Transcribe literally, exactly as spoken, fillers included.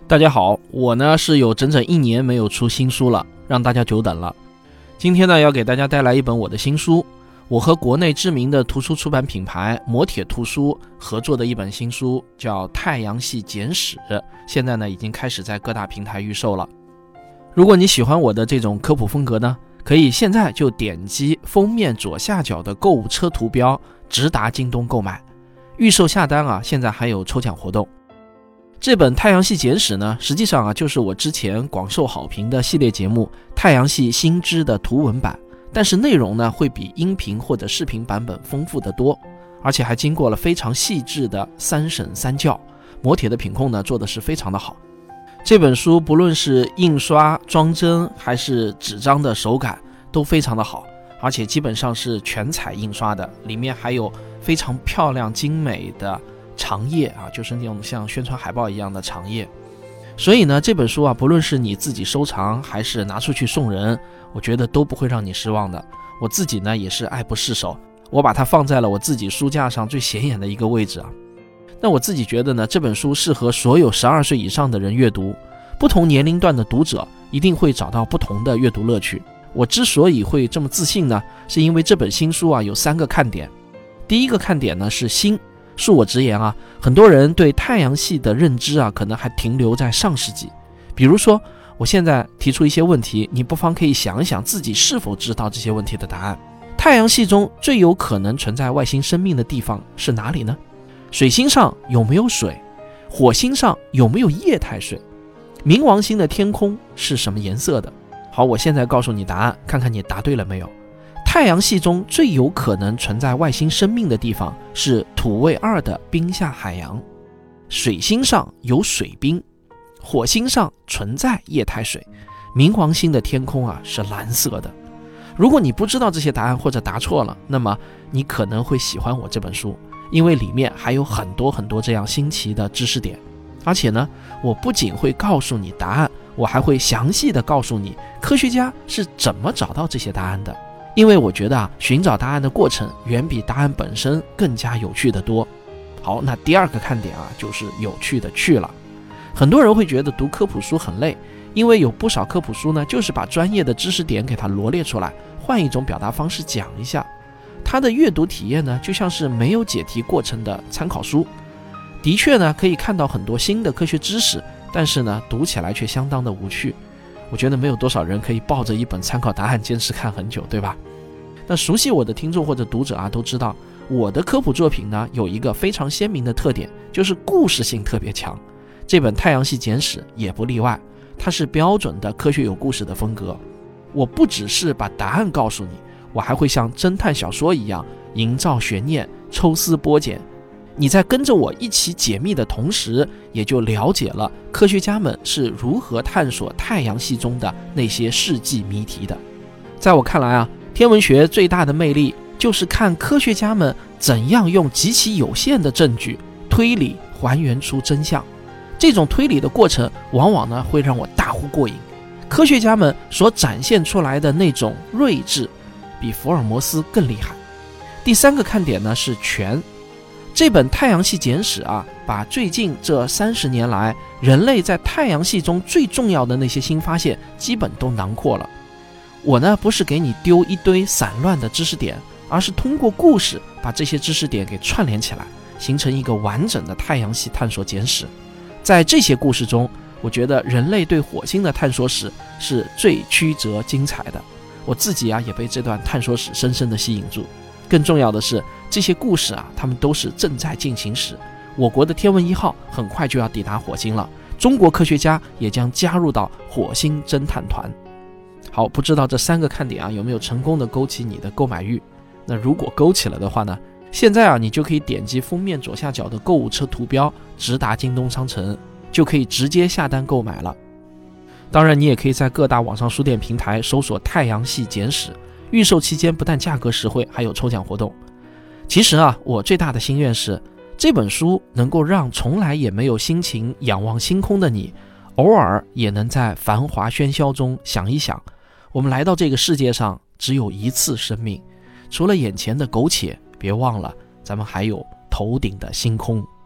大家好，我呢是有整整一年没有出新书了，让大家久等了。今天呢要给大家带来一本我的新书，我和国内知名的图书出版品牌磨铁图书合作的一本新书，叫《太阳系简史》，现在呢已经开始在各大平台预售了。如果你喜欢我的这种科普风格呢，可以现在就点击封面左下角的购物车图标，直达京东购买。预售下单啊，现在还有抽奖活动。这本《太阳系简史》呢，实际上啊就是我之前广受好评的系列节目《太阳系新知》的图文版，但是内容呢会比音频或者视频版本丰富得多，而且还经过了非常细致的三审三校，磨铁的品控呢做的是非常的好。这本书不论是印刷、装帧还是纸张的手感都非常的好，而且基本上是全彩印刷的，里面还有非常漂亮精美的长页啊，就是那种像宣传海报一样的长页。所以呢，这本书啊，不论是你自己收藏还是拿出去送人，我觉得都不会让你失望的。我自己呢也是爱不释手，我把它放在了我自己书架上最显眼的一个位置啊。那我自己觉得呢，这本书适合所有十二岁以上的人阅读，不同年龄段的读者一定会找到不同的阅读乐趣。我之所以会这么自信呢，是因为这本新书啊有三个看点。第一个看点呢是新，恕我直言啊，很多人对太阳系的认知啊，可能还停留在上世纪。比如说，我现在提出一些问题，你不妨可以想一想自己是否知道这些问题的答案。太阳系中最有可能存在外星生命的地方是哪里呢？水星上有没有水？火星上有没有液态水？冥王星的天空是什么颜色的？好，我现在告诉你答案，看看你答对了没有。太阳系中最有可能存在外星生命的地方是土卫二的冰下海洋，水星上有水冰，火星上存在液态水，冥王星的天空啊是蓝色的。如果你不知道这些答案或者答错了，那么你可能会喜欢我这本书，因为里面还有很多很多这样新奇的知识点。而且呢，我不仅会告诉你答案，我还会详细的告诉你科学家是怎么找到这些答案的。因为我觉得啊，寻找答案的过程远比答案本身更加有趣的多。好，那第二个看点啊，就是有趣的去了。很多人会觉得读科普书很累，因为有不少科普书呢，就是把专业的知识点给它罗列出来，换一种表达方式讲一下。它的阅读体验呢，就像是没有解题过程的参考书。的确呢，可以看到很多新的科学知识，但是呢，读起来却相当的无趣。我觉得没有多少人可以抱着一本参考答案坚持看很久，对吧？那熟悉我的听众或者读者啊，都知道我的科普作品呢有一个非常鲜明的特点，就是故事性特别强。这本《太阳系简史》也不例外，它是标准的科学有故事的风格。我不只是把答案告诉你，我还会像侦探小说一样营造悬念，抽丝剥茧。你在跟着我一起解密的同时，也就了解了科学家们是如何探索太阳系中的那些世纪谜题的。在我看来啊，天文学最大的魅力就是看科学家们怎样用极其有限的证据推理还原出真相。这种推理的过程往往呢会让我大呼过瘾。科学家们所展现出来的那种睿智，比福尔摩斯更厉害。第三个看点呢是全。这本《太阳系简史》啊，把最近这三十年来人类在太阳系中最重要的那些新发现基本都囊括了。我呢不是给你丢一堆散乱的知识点，而是通过故事把这些知识点给串联起来，形成一个完整的太阳系探索简史。在这些故事中，我觉得人类对火星的探索史是最曲折精彩的。我自己啊也被这段探索史深深地吸引住。更重要的是，这些故事啊，他们都是正在进行时。我国的天问一号很快就要抵达火星了，中国科学家也将加入到火星侦探团。好，不知道这三个看点啊，有没有成功的勾起你的购买欲？那如果勾起了的话呢，现在啊，你就可以点击封面左下角的购物车图标，直达京东商城，就可以直接下单购买了。当然，你也可以在各大网上书店平台搜索《太阳系简史》。预售期间不但价格实惠，还有抽奖活动。其实啊，我最大的心愿是这本书能够让从来也没有心情仰望星空的你，偶尔也能在繁华喧嚣中想一想，我们来到这个世界上只有一次生命，除了眼前的苟且，别忘了咱们还有头顶的星空。